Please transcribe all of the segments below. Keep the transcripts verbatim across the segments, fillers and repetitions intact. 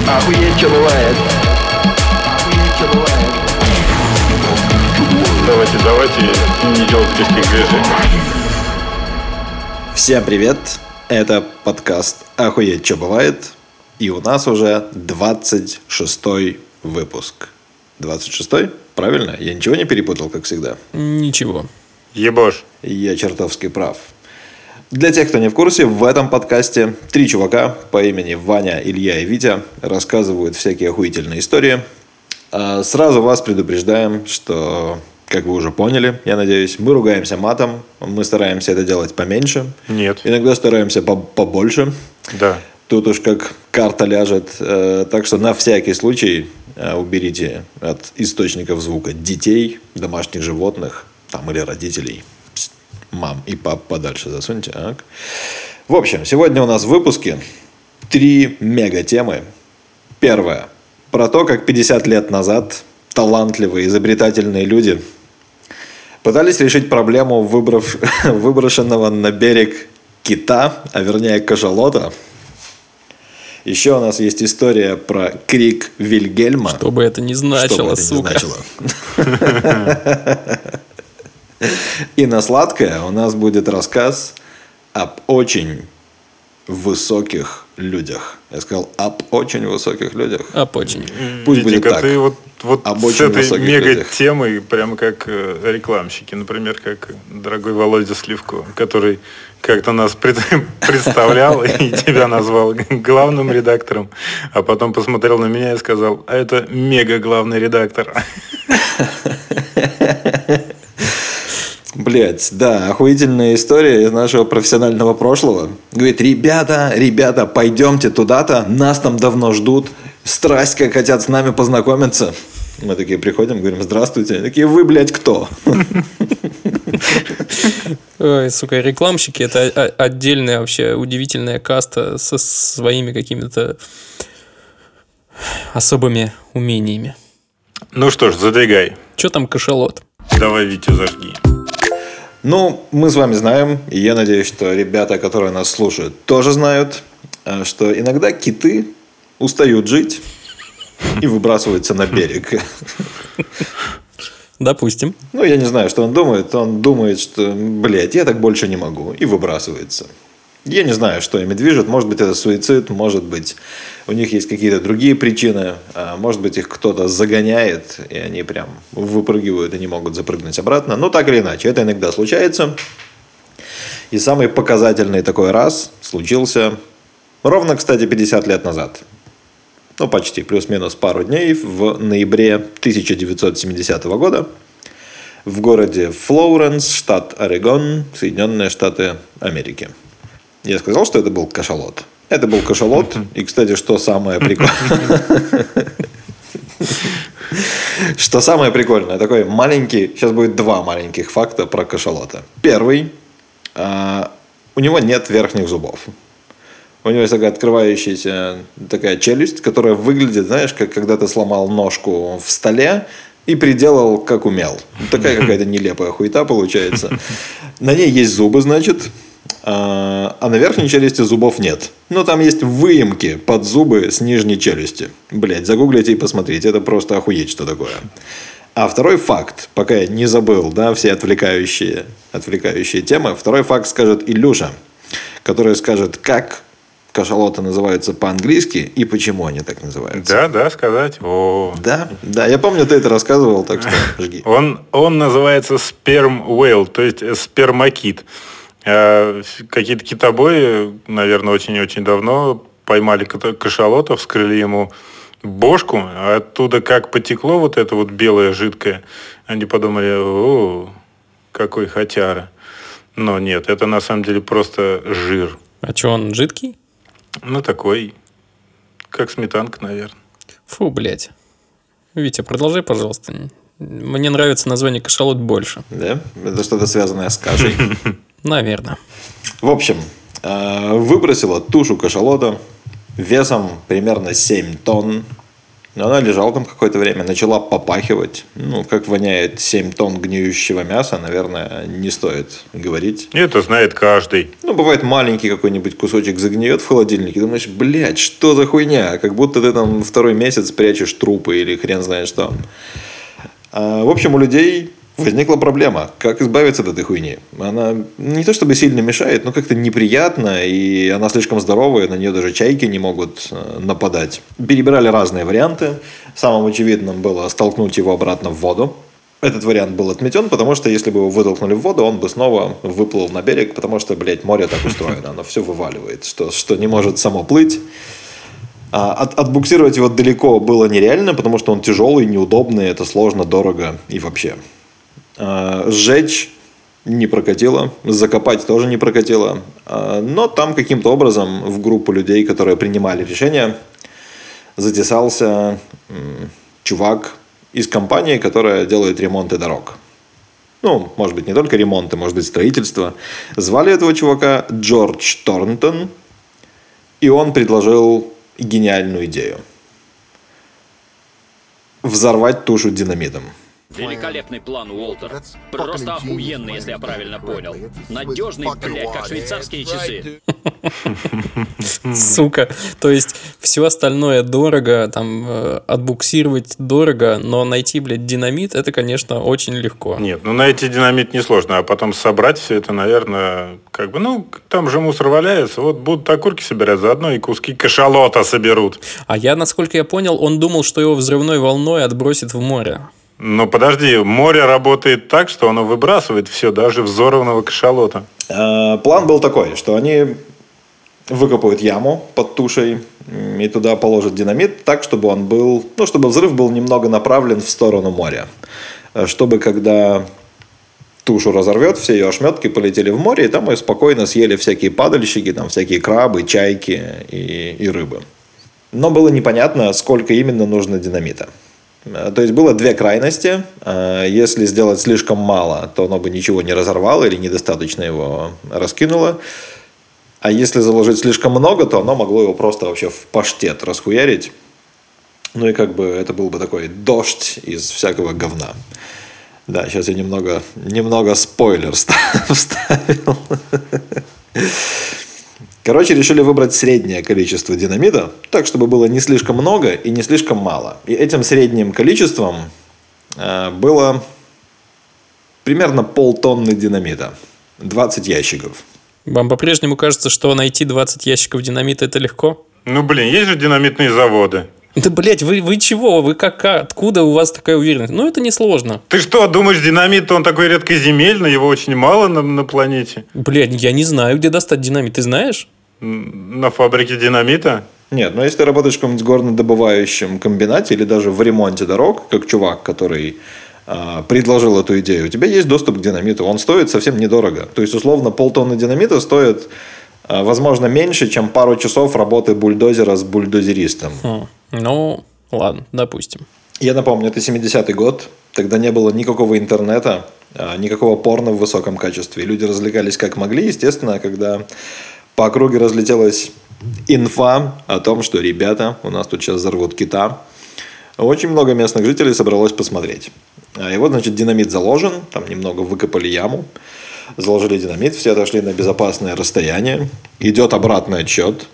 Охуеть, что бывает. Охуеть, что бывает. Давайте, давайте не делать лишних движений. Всем привет! Это подкаст «Охуеть, что бывает?» И у нас уже двадцать шестой выпуск. двадцать шестой? Правильно? Я ничего не перепутал, как всегда? Ничего. Ебошь. Я чертовски прав. Для тех, кто не в курсе, в этом подкасте три чувака по имени Ваня, Илья и Витя рассказывают всякие охуительные истории. Сразу вас предупреждаем, что, как вы уже поняли, я надеюсь, мы ругаемся матом, мы стараемся это делать поменьше. Нет. Иногда стараемся побольше. Да. Тут уж как карта ляжет. Так что на всякий случай уберите от источников звука детей, домашних животных там, или родителей. Мам и пап подальше засуньте. А? В общем, сегодня у нас в выпуске три мега-темы. Первая. Про то, как пятьдесят лет назад талантливые, изобретательные люди пытались решить проблему выбрав... выброшенного на берег кита, а вернее кашалота. Еще у нас есть история про крик Вильгельма. Что бы это ни значило, Что бы это сука. ни значило. И на сладкое у нас будет рассказ об очень высоких людях. Я сказал об очень высоких людях. Об очень. Пусть Витик, будет а так. ты вот, вот Об с очень этой высоких людях. мега-темой, прямо как э, рекламщики, например, как дорогой Володя Сливко, который как-то нас пред- представлял и тебя назвал главным редактором, а потом посмотрел на меня и сказал, а это мега-главный редактор. Блять, да, охуительная история из нашего профессионального прошлого. Говорит, ребята, ребята, пойдемте туда-то, нас там давно ждут, страсть как хотят с нами познакомиться. Мы такие приходим, говорим, здравствуйте. Они такие, вы, блядь, кто? Ой, сука, рекламщики — это отдельная вообще удивительная каста со своими какими-то особыми умениями. Ну что ж, задвигай. Че там кашалот? Давай, Витя, зажги. Ну, мы с вами знаем, и я надеюсь, что ребята, которые нас слушают, тоже знают, что иногда киты устают жить и выбрасываются на берег. Допустим. Ну, я не знаю, что он думает. Он думает, что, блядь, я так больше не могу. И выбрасывается. Я не знаю, что ими движет. Может быть, это суицид. Может быть, у них есть какие-то другие причины. Может быть, их кто-то загоняет. И они прям выпрыгивают и не могут запрыгнуть обратно. Но так или иначе, это иногда случается. И самый показательный такой раз случился ровно, кстати, пятьдесят лет назад. Ну, почти, плюс-минус пару дней, в ноябре тысяча девятьсот семидесятого года в городе Флоренс, штат Орегон, Соединенные Штаты Америки. Я сказал, что это был кашалот. Это был кашалот. И, кстати, что самое прикольное... Что самое прикольное, такой маленький... Сейчас будет два маленьких факта про кашалота. Первый. У него нет верхних зубов. У него есть такая открывающаяся такая челюсть, которая выглядит, знаешь, как когда ты сломал ножку в столе и приделал, как умел. Такая какая-то нелепая хуета получается. На ней есть зубы, значит, а на верхней челюсти зубов нет. Но там есть выемки под зубы с нижней челюсти. Блять, загуглите и посмотрите. Это просто охуеть, что такое. А второй факт, пока я не забыл, да, все отвлекающие, отвлекающие темы. Второй факт скажет Илюша, который скажет, как кашалоты называются по-английски и почему они так называются. Да, да, сказать. О. Да, да, я помню, ты это рассказывал, так что жги. Он, он называется sperm whale, то есть спермокит. А какие-то китобои, наверное, очень-очень давно поймали кашалота, вскрыли ему бошку, а оттуда как потекло вот это вот белое жидкое, они подумали, о, какой хотяра. Но нет, это на самом деле просто жир. А что, он жидкий? Ну, такой, как сметанка, наверное. Фу, блядь. Витя, продолжай, пожалуйста. Мне нравится название кашалот больше. Да? Это что-то связанное с кашей. Наверное. В общем, выбросила тушу кашалота весом примерно семь тонн Она лежала там какое-то время, начала попахивать. Ну, как воняет семь тонн гниющего мяса, наверное, не стоит говорить. Это знает каждый. Ну, бывает, маленький какой-нибудь кусочек загниет в холодильнике. Думаешь, блядь, что за хуйня? Как будто ты там второй месяц прячешь трупы или хрен знает что. А, в общем, у людей возникла проблема. Как избавиться от этой хуйни? Она не то чтобы сильно мешает, но как-то неприятно, и она слишком здоровая, на нее даже чайки не могут нападать. Перебирали разные варианты. Самым очевидным было столкнуть его обратно в воду. Этот вариант был отметен, потому что если бы его вытолкнули в воду, он бы снова выплыл на берег, потому что, блядь, море так устроено, оно все вываливает, что, что не может само плыть. А от, отбуксировать его далеко было нереально, потому что он тяжелый, неудобный, это сложно, дорого и вообще. А, сжечь не прокатило, закопать тоже не прокатило. А, но там каким-то образом в группу людей, которые принимали решение, затесался м, чувак из компании, которая делает ремонты дорог. Ну, может быть, не только ремонты, может быть, строительство. Звали этого чувака Джордж Торнтон, и он предложил гениальную идею. Взорвать тушу динамитом. Великолепный план, Уолтер. Просто охуенный, если я правильно понял. Надежный, блядь, как швейцарские часы. Сука. То есть, все остальное дорого, там, э, отбуксировать дорого, но найти, блядь, динамит, это, конечно, очень легко. Нет, ну найти динамит несложно, а потом собрать все это, наверное, как бы, ну, там же мусор валяется, вот будут окурки собирать, заодно и куски кашалота соберут. А я, насколько я понял, он думал, что его взрывной волной отбросит в море. Но подожди, море работает так, что оно выбрасывает все, даже взорванного кашалота. Э, План был такой, что они выкопают яму под тушей и туда положат динамит так, чтобы он был, ну, чтобы взрыв был немного направлен в сторону моря. Э, Чтобы когда тушу разорвет, все ее ошметки полетели в море, и там ее спокойно съели всякие падальщики, там всякие крабы, чайки и, и рыбы. Но было непонятно, сколько именно нужно динамита. То есть было две крайности. Если сделать слишком мало, то оно бы ничего не разорвало или недостаточно его раскинуло. А если заложить слишком много, то оно могло его просто вообще в паштет расхуярить. Ну и как бы это был бы такой дождь из всякого говна. Да, сейчас я немного, немного спойлер вставил. Короче, решили выбрать среднее количество динамита, так, чтобы было не слишком много и не слишком мало. И этим средним количеством э, было примерно полтонны динамита. двадцать ящиков. Вам по-прежнему кажется, что найти двадцать ящиков динамита – это легко? Ну, блин, есть же динамитные заводы. Да, блядь, вы, вы чего? Вы как, откуда у вас такая уверенность? Ну, это несложно. Ты что, думаешь, динамит, он такой редкоземельный, его очень мало на, на планете? Блядь, я не знаю, где достать динамит, ты знаешь? На фабрике динамита? Нет, но если ты работаешь в каком-нибудь горнодобывающем комбинате или даже в ремонте дорог, как чувак, который э, предложил эту идею, у тебя есть доступ к динамиту. Он стоит совсем недорого. То есть, условно, полтонны динамита стоит, э, возможно, меньше, чем пару часов работы бульдозера с бульдозеристом. Хм. Ну, ладно, допустим. Я напомню, это семидесятый год. Тогда не было никакого интернета, э, никакого порно в высоком качестве. Люди развлекались как могли. Естественно, когда по округе разлетелась инфа о том, что ребята, у нас тут сейчас взорвут кита, очень много местных жителей собралось посмотреть. И вот, значит, динамит заложен, там немного выкопали яму, заложили динамит, все отошли на безопасное расстояние. Идет обратный отсчет.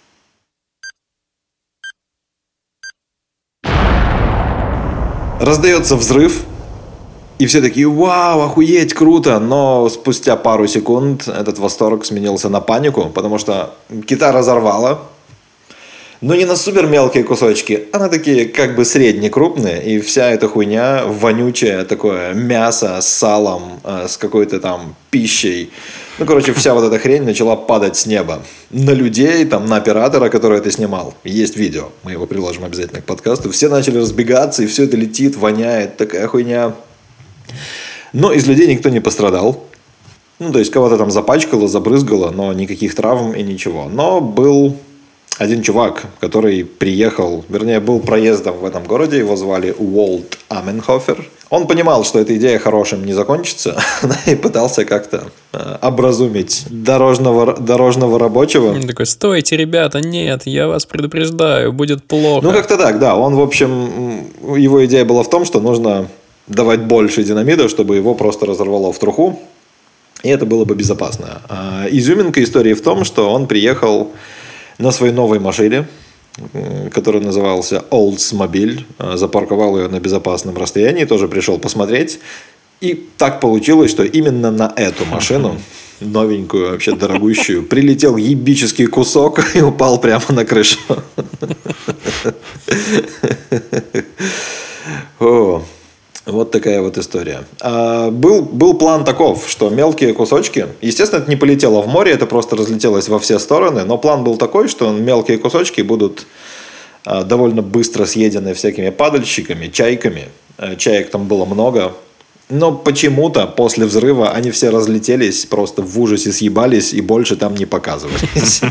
Раздается взрыв. И все такие: вау, охуеть, круто. Но спустя пару секунд этот восторг сменился на панику, потому что кита разорвало. Но не на супер мелкие кусочки, а на такие как бы средне-крупные. И вся эта хуйня вонючая, такое мясо с салом, с какой-то там пищей. Ну, короче, вся вот эта хрень начала падать с неба. На людей, там, на оператора, который это снимал. Есть видео, мы его приложим обязательно к подкасту. Все начали разбегаться, и все это летит, воняет, такая хуйня. Но из людей никто не пострадал. Ну, то есть, кого-то там запачкало, забрызгало, но никаких травм и ничего. Но был один чувак, который приехал, вернее, был проездом в этом городе, его звали Уолт Аменхофер. Он понимал, что эта идея хорошим не закончится, и пытался как-то образумить дорожного, дорожного рабочего. Он такой: стойте, ребята, нет, я вас предупреждаю, будет плохо. Ну, как-то так, да. Он, в общем, его идея была в том, что нужно давать больше динамита, чтобы его просто разорвало в труху, и это было бы безопасно. А изюминка истории в том, что он приехал на своей новой машине, который назывался Oldsmobile, запарковал ее на безопасном расстоянии, тоже пришел посмотреть. И так получилось, что именно на эту машину, новенькую, вообще дорогущую, прилетел ебический кусок и упал прямо на крышу. О, вот такая вот история. А, был, был план таков, что мелкие кусочки, естественно, это не полетело в море, это просто разлетелось во все стороны, но план был такой, что мелкие кусочки будут а, довольно быстро съедены всякими падальщиками, чайками. А, чаек там было много. Но почему-то после взрыва они все разлетелись, просто в ужасе съебались и больше там не показывались.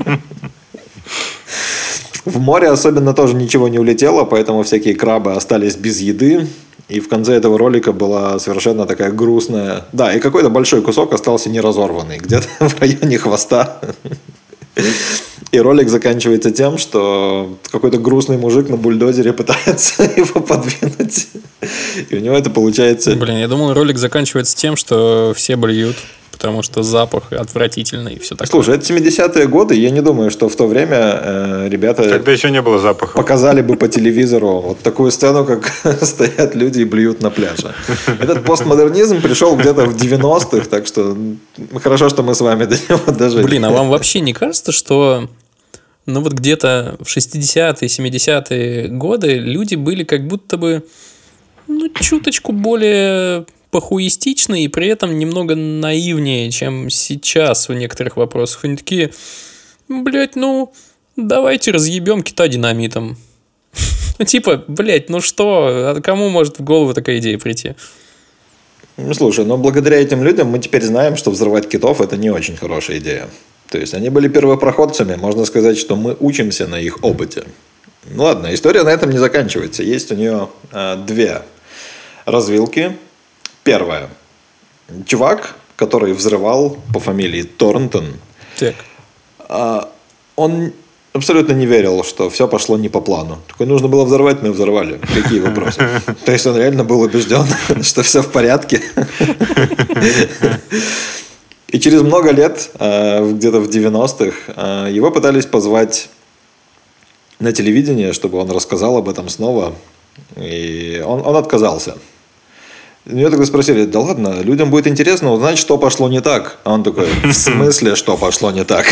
В море особенно тоже ничего не улетело, поэтому всякие крабы остались без еды. И в конце этого ролика была совершенно такая грустная... Да, и какой-то большой кусок остался неразорванный, где-то в районе хвоста. И ролик заканчивается тем, что какой-то грустный мужик на бульдозере пытается его подвинуть. И у него это получается... Блин, я думал, ролик заканчивается тем, что все блюют, потому что запах отвратительный и все такое. Слушай, это семидесятые годы, я не думаю, что в то время э, ребята... Тогда еще не было запаха. Показали бы по телевизору вот такую сцену, как стоят люди и блюют на пляже. Этот постмодернизм пришел где-то в девяностых, так что хорошо, что мы с вами до него дожили. Блин, а вам вообще не кажется, что... Ну вот где-то в шестидесятые, семидесятые годы люди были как будто бы, ну, чуточку более похуистичны и при этом немного наивнее, чем сейчас в некоторых вопросах. Они такие: блять, ну, давайте разъебем кита динамитом. Типа, блять, ну что, кому может в голову такая идея прийти? Ну, слушай, но благодаря этим людям мы теперь знаем, что взрывать китов – это не очень хорошая идея. То есть они были первопроходцами, можно сказать, что мы учимся на их опыте. Ну ладно, история на этом не заканчивается. Есть у нее э, две развилки. Первая. Чувак, который взрывал по фамилии Торнтон, Так. э, он абсолютно не верил, что все пошло не по плану. Такой: нужно было взорвать, мы взорвали. Какие вопросы? То есть он реально был убежден, что все в порядке. И через много лет, где-то в девяностых, его пытались позвать на телевидение, чтобы он рассказал об этом снова. И он, он отказался. Меня тогда спросили: да ладно, людям будет интересно узнать, что пошло не так. А он такой: в смысле, что пошло не так?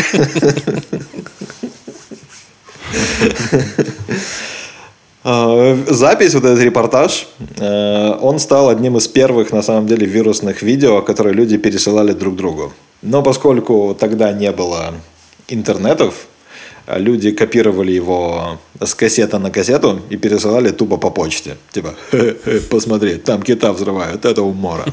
Запись, вот этот репортаж, он стал одним из первых, на самом деле, вирусных видео, которые люди пересылали друг другу. Но поскольку тогда не было интернетов, люди копировали его с кассеты на кассету и пересылали тупо по почте. Типа: посмотри, там кита взрывают, это умора.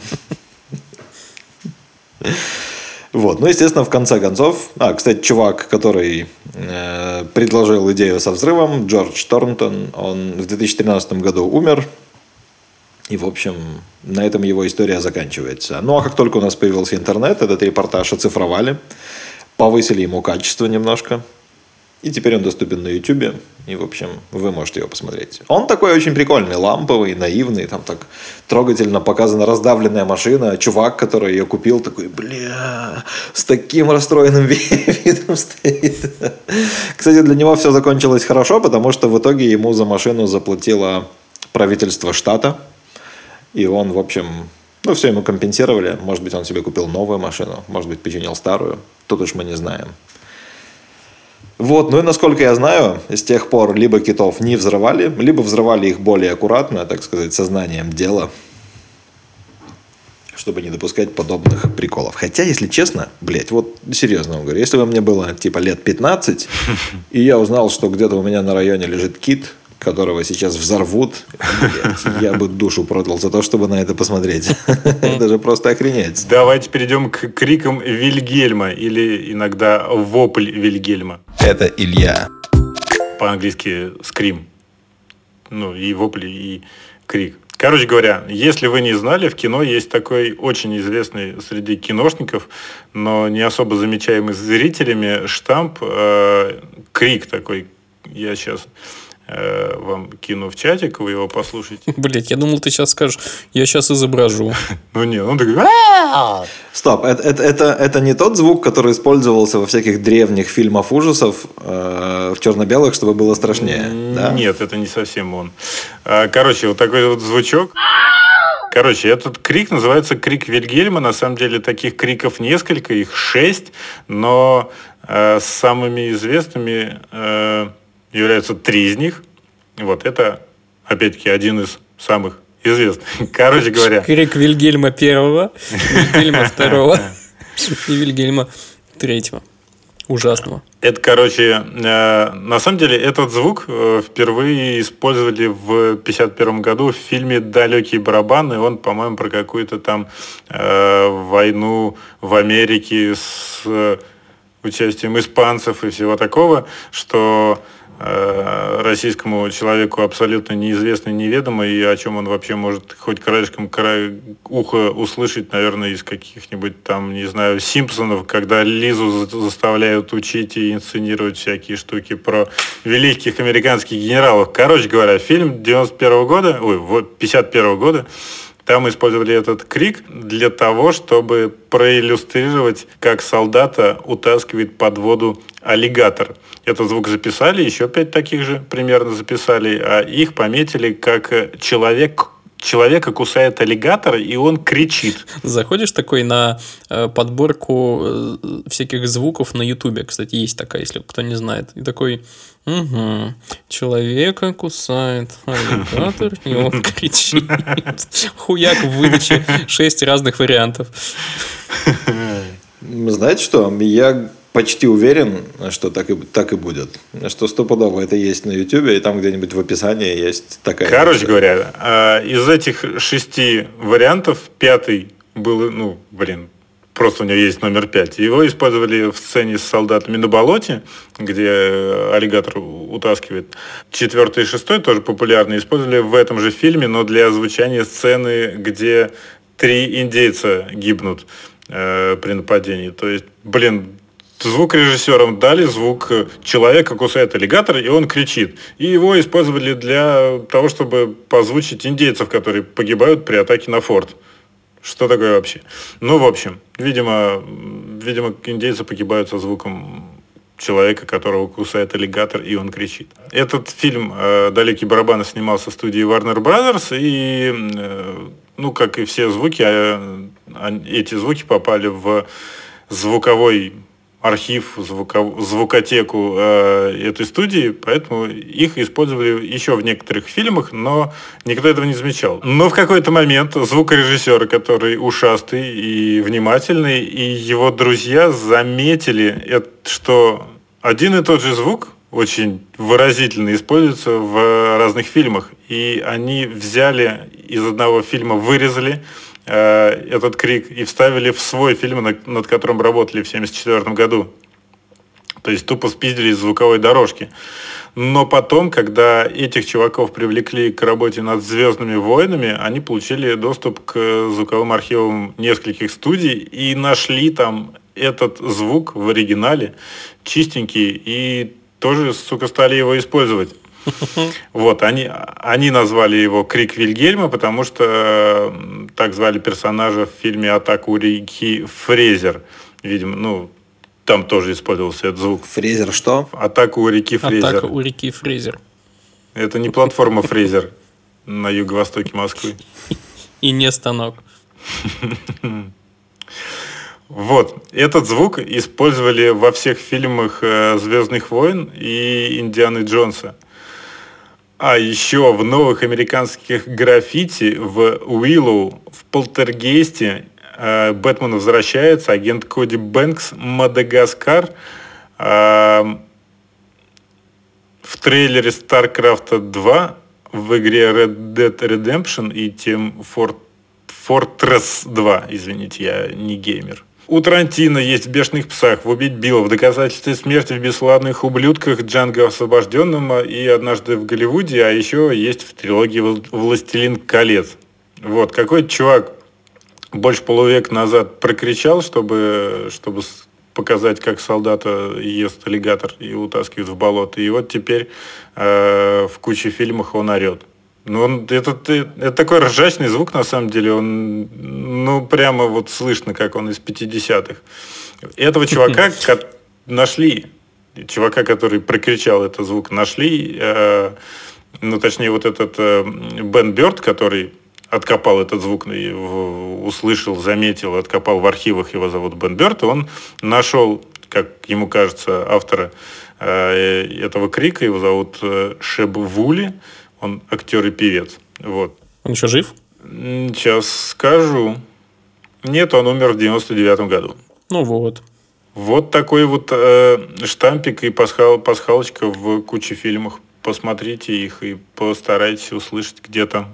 Вот, ну, естественно, в конце концов... А, кстати, чувак, который э, предложил идею со взрывом, Джордж Торнтон, он в две тысячи тринадцатом году умер. И, в общем, на этом его история заканчивается. Ну, а как только у нас появился интернет, этот репортаж оцифровали, повысили ему качество немножко. И теперь он доступен на Ютубе. И, в общем, вы можете его посмотреть. Он такой очень прикольный, ламповый, наивный. Там так трогательно показана раздавленная машина. Чувак, который ее купил, такой: бля, с таким расстроенным видом стоит. Кстати, для него все закончилось хорошо, потому что в итоге ему за машину заплатило правительство штата. И он, в общем, ну, все ему компенсировали. Может быть, он себе купил новую машину. Может быть, починил старую. Тут уж мы не знаем. Вот, ну и насколько я знаю, с тех пор либо китов не взрывали, либо взрывали их более аккуратно, так сказать, сознанием дела, чтобы не допускать подобных приколов. Хотя, если честно, блядь, вот серьезно вам говорю, если бы мне было типа лет пятнадцать, и я узнал, что где-то у меня на районе лежит кит, которого сейчас взорвут, блядь, я бы душу продал за то, чтобы на это посмотреть. Это же просто охренеть. Давайте перейдем к крикам Вильгельма, или иногда вопль Вильгельма. Это Илья. По-английски скрим. Ну, и вопль, и крик. Короче говоря, если вы не знали, в кино есть такой очень известный среди киношников, но не особо замечаемый зрителями штамп, э, крик такой. Я сейчас э, вам кину в чатик, вы его послушайте. Блять, я думал, ты сейчас скажешь, я сейчас изображу. Ну нет, он такой... Стоп, это, это, это, это не тот звук, который использовался во всяких древних фильмах ужасов э, в черно-белых, чтобы было страшнее, да? Нет, это не совсем он. Короче, вот такой вот звучок. Короче, этот крик называется крик Вильгельма. На самом деле таких криков несколько, их шесть, но э, самыми известными э, являются три из них. Вот это, опять-таки, один из самых известных. Короче говоря... Крик Вильгельма первого, Вильгельма второго и Вильгельма третьего. Ужасного. Это, короче, э, на самом деле этот звук э, впервые использовали в пятьдесят первом году в фильме «Далекие барабаны». Он, по-моему, про какую-то там э, войну в Америке с э, участием испанцев и всего такого, что э, российскому человеку абсолютно неизвестно, неведомо, и о чем он вообще может хоть краешком края уха услышать, наверное, из каких-нибудь там, не знаю, Симпсонов, когда Лизу заставляют учить и инсценировать всякие штуки про великих американских генералов. Короче говоря, фильм девяносто первого года, ой, вот пятьдесят первого года, там использовали этот крик для того, чтобы проиллюстрировать, как солдата утаскивает под воду аллигатор. Этот звук записали, еще пять таких же примерно записали, а их пометили как человек, человека кусает аллигатор, и он кричит. Заходишь такой на э, подборку э, всяких звуков на Ютубе, кстати, есть такая, если кто не знает, и такой, угу, человека кусает аллигатор, и он кричит. Хуяк в выдаче шесть разных вариантов. Знаете что? Я почти уверен, что так и, так и будет. Что стопудово это есть на Ютубе, и там где-нибудь в описании есть такая... Короче говоря, из этих шести вариантов пятый был, ну, блин, просто у него есть номер пять. Его использовали в сцене с солдатами на болоте, где аллигатор утаскивает. Четвертый и шестой тоже популярно использовали в этом же фильме, но для озвучания сцены, где три индейца гибнут э, при нападении. То есть, блин, звукорежиссерам дали звук человека кусает аллигатор, и он кричит. И его использовали для того, чтобы позвучить индейцев, которые погибают при атаке на форт. Что такое вообще? Ну, в общем, видимо, видимо, индейцы погибают со звуком человека, которого кусает аллигатор, и он кричит. Этот фильм «Далекие барабаны» снимался в студии Warner Brothers, и, ну, как и все звуки, эти звуки попали в звуковой архив, звуков, звукотеку э, этой студии, поэтому их использовали еще в некоторых фильмах, но никто этого не замечал. Но в какой-то момент звукорежиссер, который ушастый и внимательный, и его друзья заметили, что один и тот же звук очень выразительно используется в разных фильмах, и они взяли из одного фильма, вырезали этот крик и вставили в свой фильм, над которым работали в семьдесят четвёртом году. То есть тупо спиздили из звуковой дорожки. Но потом, когда этих чуваков привлекли к работе над «Звездными войнами», они получили доступ к звуковым архивам нескольких студий и нашли там этот звук в оригинале, чистенький, и тоже, сука, стали его использовать. Вот, они, они назвали его «Крик Вильгельма», потому что так звали персонажа в фильме «Атака у реки Фрезер». Видимо, ну, там тоже использовался этот звук. Фрезер что? «Атака у реки Фрезер». «Атака у реки Фрезер». Это не платформа Фрезер на юго-востоке Москвы. И не станок. Вот, этот звук использовали во всех фильмах «Звездных войн» и «Индианы Джонса». А еще в новых американских граффити, в Уиллоу, в Полтергейсте, э, Бэтмен возвращается, агент Коди Бэнкс, Мадагаскар. Э, в трейлере StarCraft два, в игре Red Dead Redemption и Team Fort... Fortress два, извините, я не геймер. У Тарантино есть в «Бешеных псах», в «Убить Билла», в «Доказательстве смерти», в «Бесславных ублюдках», «Джанго освобожденном» и «Однажды в Голливуде», а еще есть в трилогии «Властелин колец». Вот, какой-то чувак больше полувека назад прокричал, чтобы, чтобы показать, как солдата ест аллигатор и утаскивает в болото. И вот теперь э, в куче фильмах он орет. Ну, он, это, это такой ржачный звук, на самом деле. Он, ну, прямо вот слышно, как он из пятидесятых. Этого чувака нашли. Чувака, который прокричал этот звук, нашли. Э, ну, точнее, вот этот э, Бен Бёрд, который откопал этот звук, и услышал, заметил, откопал в архивах, его зовут Бен Бёрд, он нашел, как ему кажется, автора э, этого крика, его зовут э, Шеб Вули, он актер и певец. Вот. Он еще жив? Сейчас скажу. Нет, он умер в девяносто девятом году. Ну вот. Вот такой вот э, штампик и пасхал, пасхалочка в куче фильмов. Посмотрите их и постарайтесь услышать, где там.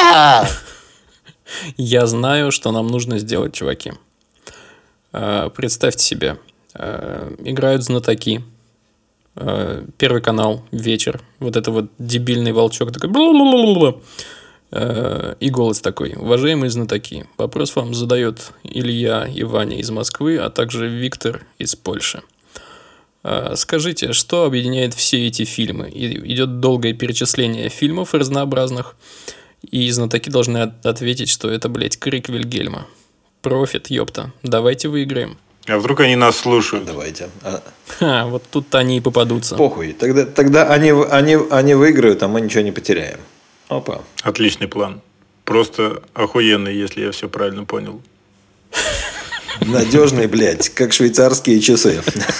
Я знаю, что нам нужно сделать, чуваки. Представьте себе, играют знатоки. Первый канал, вечер. Вот это вот дебильный волчок такой. И голос такой: уважаемые знатоки, вопрос вам задает Илья и Ваня из Москвы, а также Виктор из Польши. Скажите, что объединяет все эти фильмы? И идет долгое перечисление фильмов разнообразных, и знатоки должны ответить, что это, блядь, крик Вильгельма. Профит, ёпта. Давайте выиграем. А вдруг они нас слушают? Давайте. А... Ха, вот тут они и попадутся. Похуй. Тогда, тогда они, они, они выиграют, а мы ничего не потеряем. Опа. Отличный план. Просто охуенный, если я все правильно понял. Надежный, блядь, как швейцарские часы.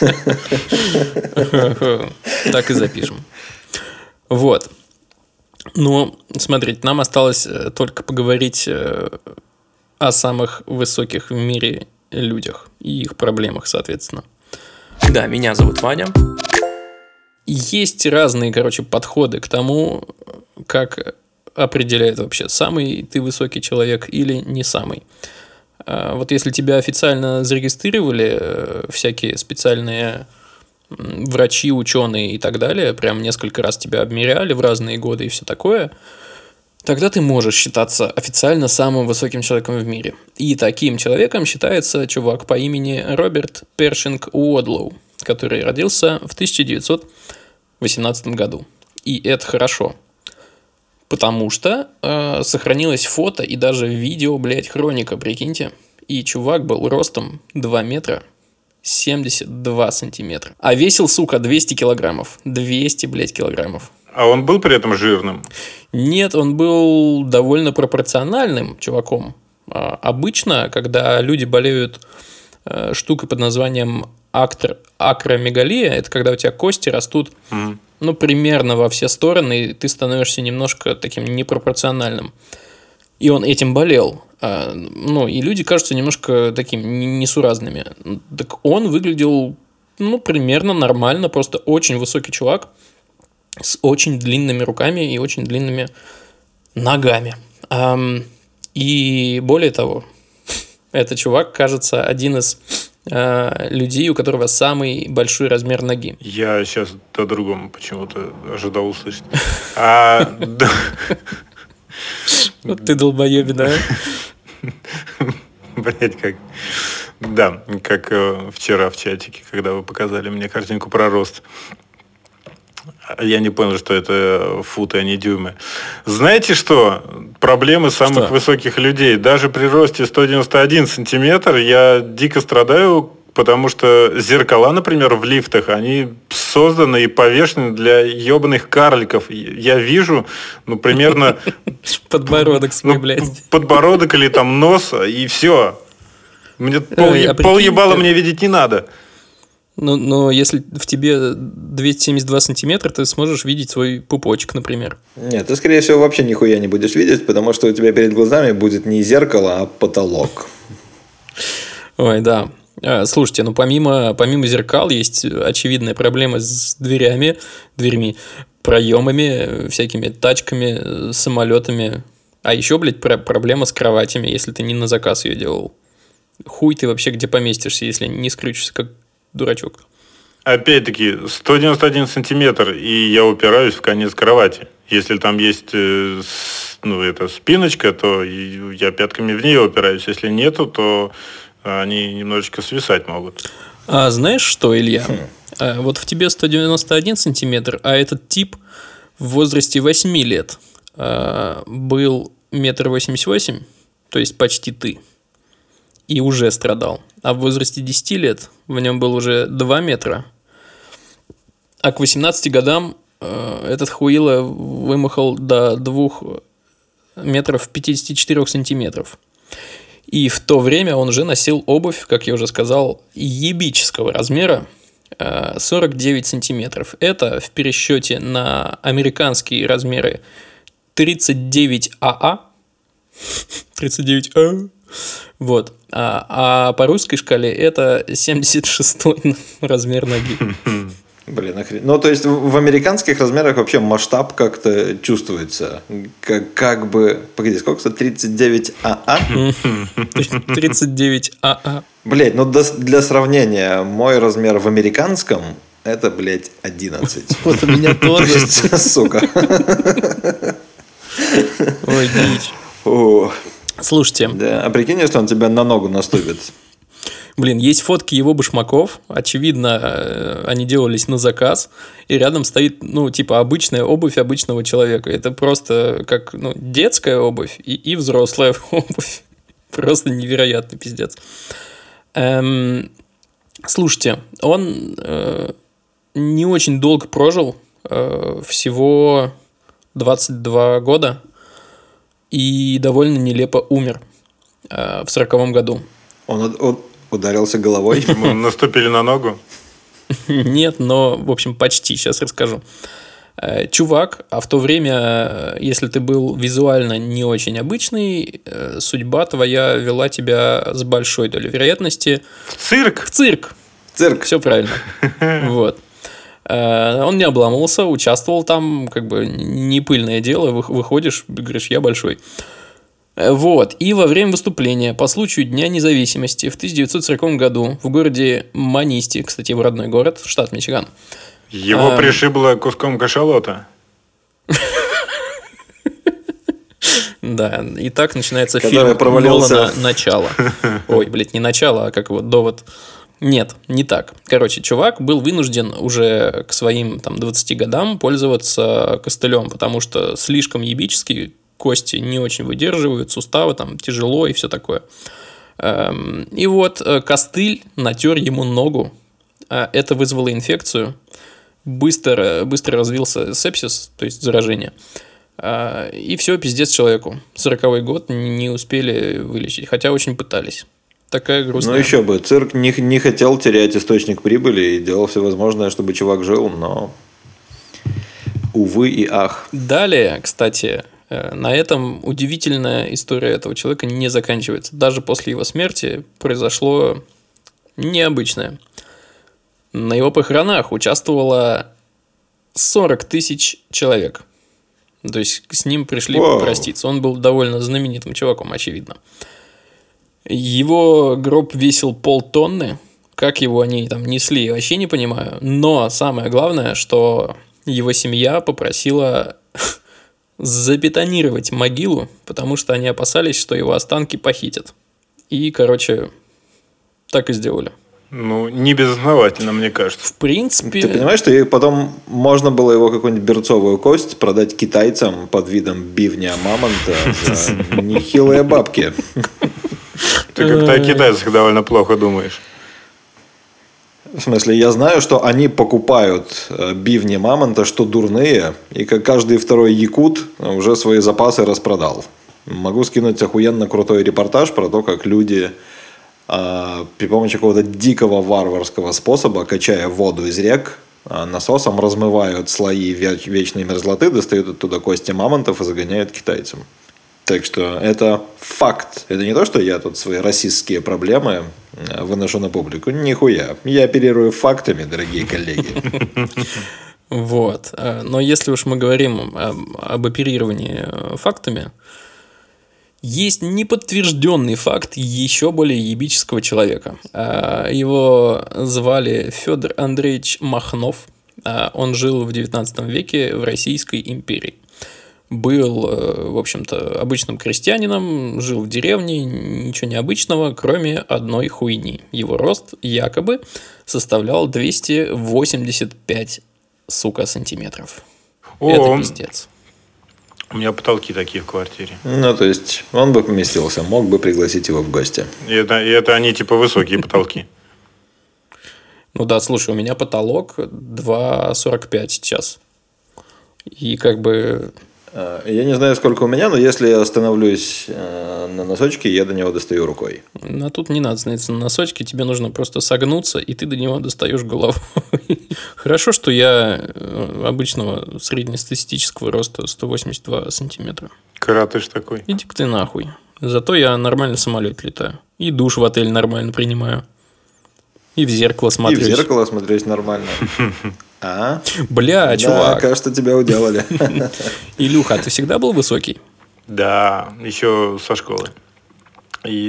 Так и запишем. Вот. Ну, смотрите, нам осталось только поговорить о самых высоких в мире людях и их проблемах, соответственно. Да, меня зовут Ваня. Есть разные, короче, подходы к тому, как определяет вообще, самый ты высокий человек или не самый. Вот если тебя официально зарегистрировали всякие специальные врачи, ученые и так далее, прям несколько раз тебя обмеряли в разные годы и все такое, тогда ты можешь считаться официально самым высоким человеком в мире. И таким человеком считается чувак по имени Роберт Першинг Уодлоу, который родился в тысяча девятьсот восемнадцатом году. И это хорошо. Потому что э, сохранилось фото и даже видео, блядь, хроника, прикиньте. И чувак был ростом два метра семьдесят два сантиметра. А весил, сука, двести килограммов. двести, блядь, килограммов. А он был при этом жирным? Нет, он был довольно пропорциональным чуваком. А, обычно, когда люди болеют э, штукой под названием актр, акромегалия, это когда у тебя кости растут... Mm. Ну, примерно во все стороны, и ты становишься немножко таким непропорциональным. И он этим болел. А, ну, и люди кажутся немножко такими несуразными. Так он выглядел, ну, примерно нормально, просто очень высокий чувак с очень длинными руками и очень длинными ногами. А, и более того, этот чувак, кажется, один из... людей, у которого самый большой размер ноги. Я сейчас по-другому почему-то ожидал услышать. Вот ты долбоебин, да? Блять, как... Да, как вчера в чатике, когда вы показали мне картинку про рост. Я не понял, что это футы, а не дюймы. Знаете что? Проблемы самых что? высоких людей. Даже при росте сто девяносто один сантиметр я дико страдаю, потому что зеркала, например, в лифтах, они созданы и повешены для ебаных карликов. Я вижу, ну, примерно... Подбородок свой, блядь. Подбородок или там нос, и все. Мне пол ебала мне видеть не надо. Но, но если в тебе двести семьдесят два сантиметра, ты сможешь видеть свой пупочек, например. Нет, ты, скорее всего, вообще нихуя не будешь видеть, потому что у тебя перед глазами будет не зеркало, а потолок. Ой, да. А, слушайте, ну помимо, помимо зеркал есть очевидная проблема с дверями, дверьми, проемами, всякими тачками, самолетами. А еще, блядь, про- проблема с кроватями, если ты не на заказ ее делал. Хуй ты вообще где поместишься, если не скрючишься, как дурачок. Опять-таки, сто девяносто один сантиметр, и я упираюсь в конец кровати. Если там есть э, с- ну, эта спиночка, то и я пятками в нее упираюсь. Если нету, то они немножечко свисать могут. А знаешь что, Илья? А, вот в тебе сто девяносто один сантиметр, а этот тип в возрасте восемь лет а, был метр восемьдесят восемь, то есть почти ты, и уже страдал. А в возрасте десять лет в нем был уже два метра, а к восемнадцати годам а, этот хуила вымахал до двух метров пятидесяти четырёх сантиметров. И в то время он уже носил обувь, как я уже сказал, ебического размера, сорок девять сантиметров. Это в пересчете на американские размеры тридцать девять АА. тридцать девять А. Вот. А, а по русской шкале это семьдесят шестой размер ноги. Блин, охрен... Ну, то есть, в в американских размерах вообще масштаб как-то чувствуется. Как, как бы... Погоди, сколько? тридцать девять АА? тридцать девять АА. Блять, ну до- для сравнения, мой размер в американском это, блядь, одиннадцать. Вот у меня То тоже. есть, сука. Ой, дичь. О, Слушайте, да. А прикинь, если он тебя на ногу наступит. блин, есть фотки его башмаков. Очевидно, э, они делались на заказ. И рядом стоит, ну, типа, обычная обувь обычного человека. Это просто как, ну, детская обувь и, и взрослая обувь. Просто невероятный пиздец. Эм, слушайте, он э, не очень долго прожил. э, всего двадцать два года. И довольно нелепо умер э, в сороковом году. Он, уд- уд- ударился головой. Мы наступили на ногу. Нет, но, в общем, почти. Сейчас расскажу. Э, Чувак, а в то время, э, если ты был визуально не очень обычный, э, судьба твоя вела тебя с большой долей вероятности В цирк! в цирк. Цирк. Все правильно. Вот. Э, Он не обламывался, участвовал там, как бы не пыльное дело. Вы- Выходишь, говоришь, я большой. Э, Вот. И во время выступления по случаю Дня независимости в тысяча девятьсот сороковом году в городе Манисти, кстати, его родной город, штат Мичиган. Его А. пришибло куском кашалота. Да, и так начинается Который фильм провалился Нолана в- «Начало». Ой, блядь, не «Начало», а как вот довод. Нет, не так. Короче, чувак был вынужден уже к своим там двадцати годам пользоваться костылем, потому что слишком ебические кости не очень выдерживают, суставы там тяжело и все такое. Эм, И вот э, костыль натер ему ногу. А Это вызвало инфекцию. Быстро, быстро развился сепсис, то есть заражение. А, И все, пиздец человеку. Сороковой год не не успели вылечить, хотя очень пытались. Такая грустная. Ну еще бы, цирк не, х- не хотел терять источник прибыли и делал все возможное, чтобы чувак жил, но увы и ах. Далее, кстати, э, на этом удивительная история этого человека не заканчивается. Даже после его смерти произошло необычное. На его похоронах участвовало сорок тысяч человек. То есть с ним пришли Вау. проститься. Он был довольно знаменитым чуваком, очевидно. Его гроб весил полтонны. Как его они там несли, я вообще не понимаю. Но самое главное, что его семья попросила забетонировать могилу, потому что они опасались, что его останки похитят. И, короче, так и сделали. Ну, не безосновательно, мне кажется. В принципе... Ты понимаешь, что и потом можно было его какую-нибудь берцовую кость продать китайцам под видом бивня мамонта за нехилые бабки. Ты как-то о китайцах довольно плохо думаешь. В смысле, я знаю, что они покупают э, бивни мамонта, что дурные, и как каждый второй якут уже свои запасы распродал. Могу скинуть охуенно крутой репортаж про то, как люди э, при помощи какого-то дикого варварского способа, качая воду из рек, э, насосом размывают слои ве- вечной мерзлоты, достают оттуда кости мамонтов и загоняют китайцам. Так что это факт. Это не то, что я тут свои расистские проблемы выношу на публику. Нихуя. Я оперирую фактами, дорогие коллеги. Вот. Но если уж мы говорим об, об оперировании фактами, есть неподтвержденный факт еще более ебического человека. Его звали Федор Андреевич Махнов. Он жил в девятнадцатом веке в Российской империи. Был, в общем-то, обычным крестьянином, жил в деревне, ничего необычного, кроме одной хуйни. Его рост якобы составлял двести восемьдесят пять, сука, сантиметров. О, это пиздец. У меня потолки такие в квартире. Ну, то есть, он бы поместился, мог бы пригласить его в гости. И это, и это они типа высокие потолки. Ну да, слушай, у меня потолок два сорок пять сейчас. И как бы... Я не знаю, сколько у меня, но если я остановлюсь на носочке, я до него достаю рукой. А тут не надо становиться на носочки, тебе нужно просто согнуться, и ты до него достаешь головой. Хорошо, что я обычного среднестатистического роста сто восемьдесят два сантиметра. Коротыш такой. Иди-ка ты нахуй. Зато я нормально в самолете летаю. И душ в отеле нормально принимаю. И в зеркало смотрюсь. И в зеркало смотреть нормально. А? Бля, Да, чувак. кажется, тебя уделали. Илюха, а ты всегда был высокий? Да, еще со школы. И,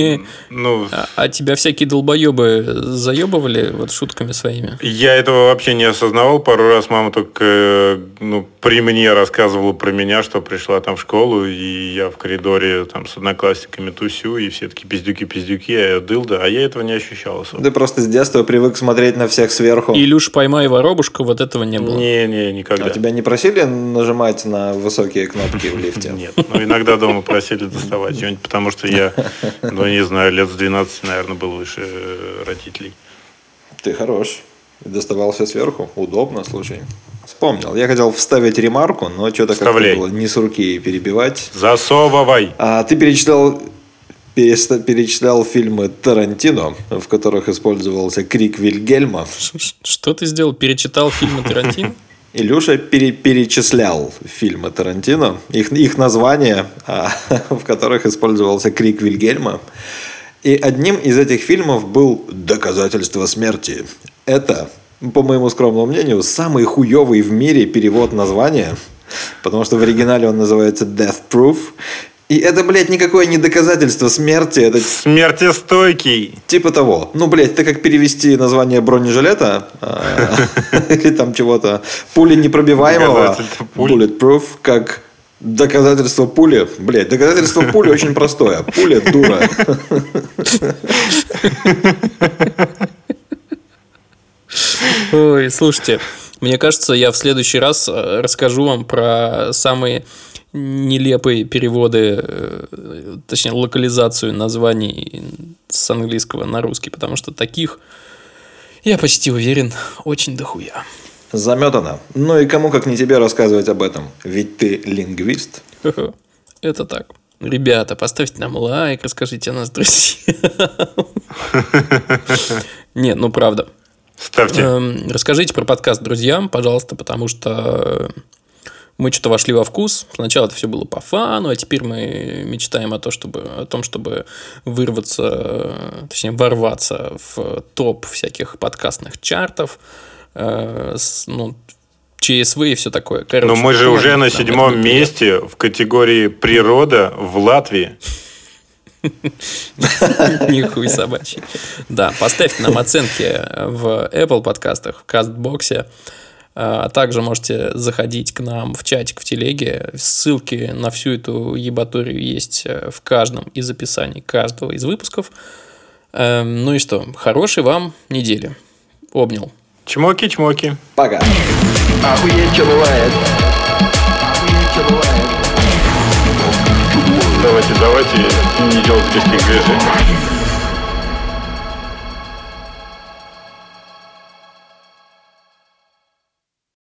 ну, А, а тебя всякие долбоебы заебывали вот шутками своими? я этого вообще не осознавал. Пару раз мама только ну, при мне рассказывала про меня, что пришла там в школу, и я в коридоре там с одноклассниками тусю, и все такие пиздюки-пиздюки, а я дылда, а я этого не ощущал особо. Ты просто с детства привык смотреть на всех сверху. Илюш, поймай воробушка, вот этого не было. Не-не, никогда. А тебя не просили нажимать на высокие кнопки в лифте? Нет, ну иногда дома просили доставать что-нибудь, потому что я, ну не знаю, лет с двенадцати, наверное, был выше родителей. Ты хорош. Доставал все сверху. Удобно, слушай. Вспомнил. Я хотел вставить ремарку, но что-то как-то Вставляй. было не с руки перебивать. Засовывай! А ты перечислял, переста- перечислял фильмы Тарантино, в которых использовался крик Вильгельма. Что ты сделал? Перечитал фильмы Тарантино? Илюша пере- перечислял фильмы Тарантино, их, их названия, а, в которых использовался крик Вильгельма. И одним из этих фильмов был «Доказательство смерти». Это, по моему скромному мнению, самый хуёвый в мире перевод названия, потому что в оригинале он называется «Death Proof». И это, блядь, никакое не доказательство смерти, это Смертестойкий! типа того. Ну, блядь, это как перевести название бронежилета а, или там чего-то пули непробиваемого, Доказательство пули. bulletproof, как доказательство пули. Блядь, доказательство пули очень простое. Пуля дура. Ой, слушайте, мне кажется, я в следующий раз э, расскажу вам про самые нелепые переводы, э, точнее, локализацию названий с английского на русский, потому что таких, я почти уверен, очень дохуя. Заметано. Ну и кому как не тебе рассказывать об этом? Ведь ты лингвист. Это так. Ребята, поставьте нам лайк, расскажите о нас друзьям. Нет, ну правда. Ставьте. Эм, Расскажите про подкаст друзьям, пожалуйста, потому что мы что-то вошли во вкус. Сначала это все было по фану, а теперь мы мечтаем о, том, чтобы, о том, чтобы вырваться, точнее, ворваться в топ всяких подкастных чартов, э, с, ну, ЧСВ и все такое. Короче, Но мы же ладно, уже на нам седьмом это не месте в категории «Природа» в Латвии. Нихуй собачий. Да, поставьте нам оценки в Apple подкастах, в Кастбоксе. А также можете заходить к нам в чатик в телеге. Ссылки на всю эту ебаторию есть в каждом из описаний каждого из выпусков. Ну и что, хорошей вам недели. Обнял. Чмоки-чмоки. Пока. Охуеть, что бывает. Охуеть, что бывает. Давайте, давайте не делать лишних движений.